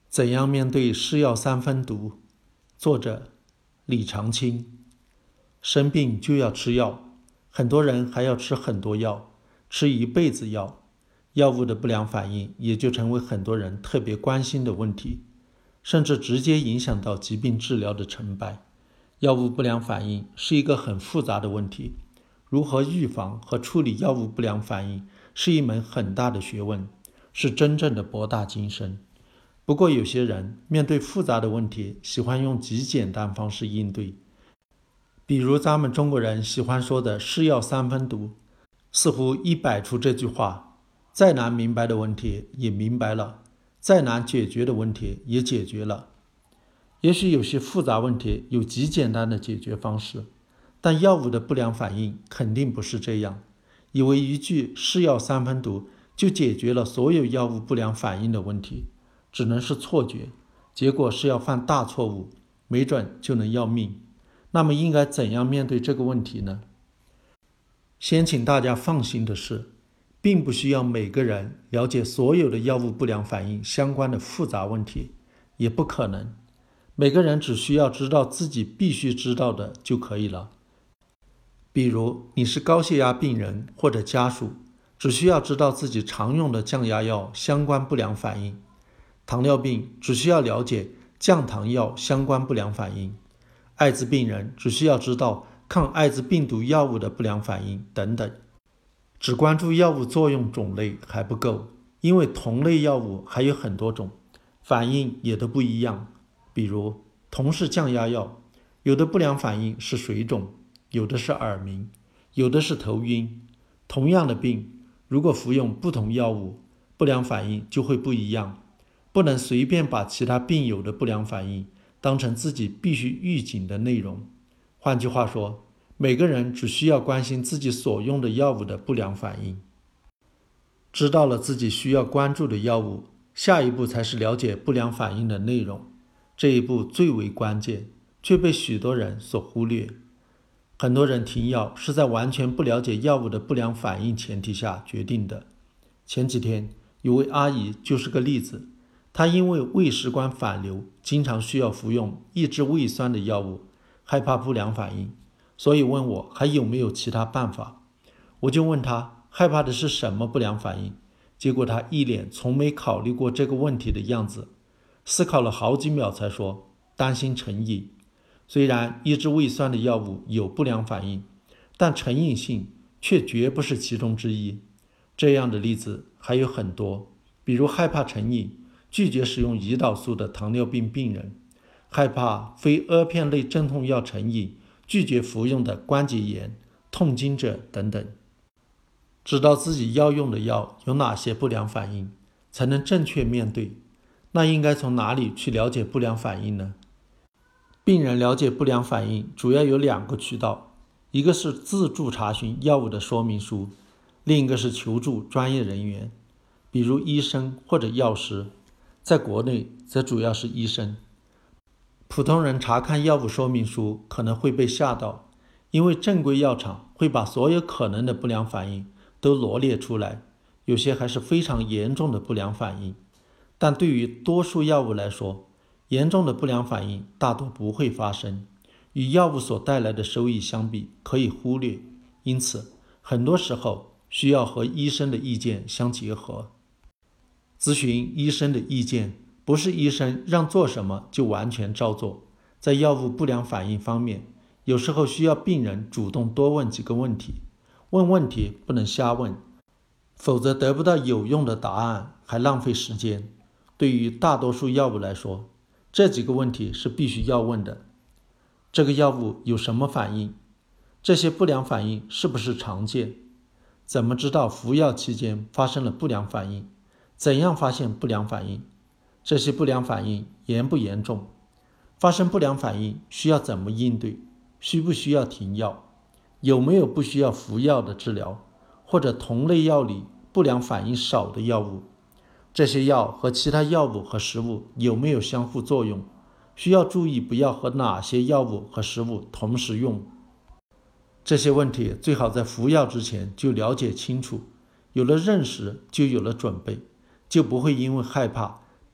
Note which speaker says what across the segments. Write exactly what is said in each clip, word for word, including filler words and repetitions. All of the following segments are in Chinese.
Speaker 1: 怎样面对是药三分毒？作者李长青。生病就要吃药，很多人还要吃很多药，吃一辈子药，药物的不良反应也就成为很多人特别关心的问题，甚至直接影响到疾病治疗的成败。药物不良反应是一个很复杂的问题，如何预防和处理药物不良反应是一门很大的学问，是真正的博大精深。不过有些人面对复杂的问题，喜欢用极简单方式应对，比如咱们中国人喜欢说的是药三分毒，似乎一摆出这句话，再难明白的问题也明白了，再难解决的问题也解决了。也许有些复杂问题有极简单的解决方式，但药物的不良反应肯定不是这样。以为一句是药三分毒就解决了所有药物不良反应的问题，只能是错觉，结果是要犯大错误，没准就能要命。那么应该怎样面对这个问题呢？先请大家放心的是，并不需要每个人了解所有的药物不良反应相关的复杂问题，也不可能。每个人只需要知道自己必须知道的就可以了。比如你是高血压病人或者家属，只需要知道自己常用的降压药相关不良反应；糖尿病只需要了解降糖药相关不良反应；艾滋病人只需要知道抗艾滋病毒药物的不良反应等等。只关注药物作用种类还不够，因为同类药物还有很多种，反应也都不一样。比如同是降压药，有的不良反应是水肿，有的是耳鸣，有的是头晕。同样的病，如果服用不同药物，不良反应就会不一样。不能随便把其他病友的不良反应当成自己必须预警的内容。换句话说，每个人只需要关心自己所用的药物的不良反应。知道了自己需要关注的药物，下一步才是了解不良反应的内容。这一步最为关键，却被许多人所忽略。很多人停药是在完全不了解药物的不良反应前提下决定的。前几天有位阿姨就是个例子，她因为胃食管反流，经常需要服用抑制胃酸的药物，害怕不良反应，所以问我还有没有其他办法。我就问她害怕的是什么不良反应，结果她一脸从没考虑过这个问题的样子，思考了好几秒才说担心成瘾。虽然抑制胃酸的药物有不良反应，但成瘾性却绝不是其中之一。这样的例子还有很多，比如害怕成瘾，拒绝使用胰岛素的糖尿病病人，害怕非阿片类镇痛药成瘾，拒绝服用的关节炎、痛经者等等。知道自己要用的药有哪些不良反应，才能正确面对。那应该从哪里去了解不良反应呢？病人了解不良反应主要有两个渠道，一个是自助查询药物的说明书，另一个是求助专业人员，比如医生或者药师。在国内则主要是医生。普通人查看药物说明书可能会被吓到，因为正规药厂会把所有可能的不良反应都罗列出来，有些还是非常严重的不良反应。但对于多数药物来说，严重的不良反应大多不会发生，与药物所带来的收益相比可以忽略，因此很多时候需要和医生的意见相结合。咨询医生的意见，不是医生让做什么就完全照做。在药物不良反应方面，有时候需要病人主动多问几个问题，问问题不能瞎问，否则得不到有用的答案还浪费时间。对于大多数药物来说，这几个问题是必须要问的。这个药物有什么反应？这些不良反应是不是常见？怎么知道服药期间发生了不良反应？怎样发现不良反应？这些不良反应严不严重？发生不良反应需要怎么应对？需不需要停药？有没有不需要服药的治疗？或者同类药里不良反应少的药物？这些药和其他药物和食物有没有相互作用？需要注意不要和哪些药物和食物同时用？这些问题最好在服药之前就了解清楚，有了认识就有了准备，就不会因为害怕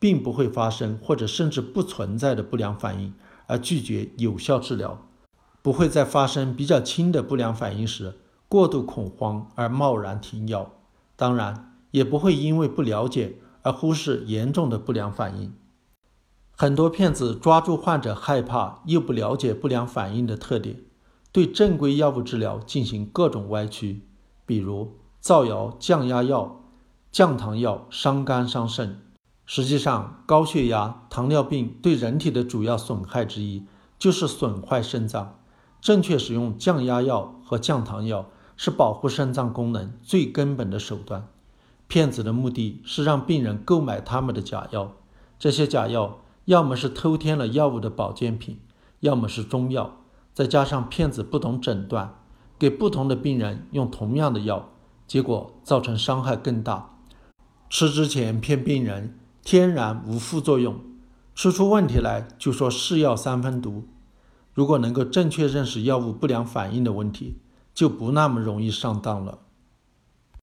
Speaker 1: 并不会发生或者甚至不存在的不良反应而拒绝有效治疗，不会在发生比较轻的不良反应时过度恐慌而贸然停药，当然也不会因为不了解而忽视严重的不良反应。很多骗子抓住患者害怕又不了解不良反应的特点，对正规药物治疗进行各种歪曲，比如造谣降压药、降糖药伤肝伤肾。实际上，高血压、糖尿病对人体的主要损害之一就是损坏肾脏。正确使用降压药和降糖药是保护肾脏功能最根本的手段。骗子的目的是让病人购买他们的假药，这些假药要么是偷添了药物的保健品，要么是中药，再加上骗子不懂诊断，给不同的病人用同样的药，结果造成伤害更大。吃之前骗病人天然无副作用，吃出问题来就说是药三分毒。如果能够正确认识药物不良反应的问题，就不那么容易上当了。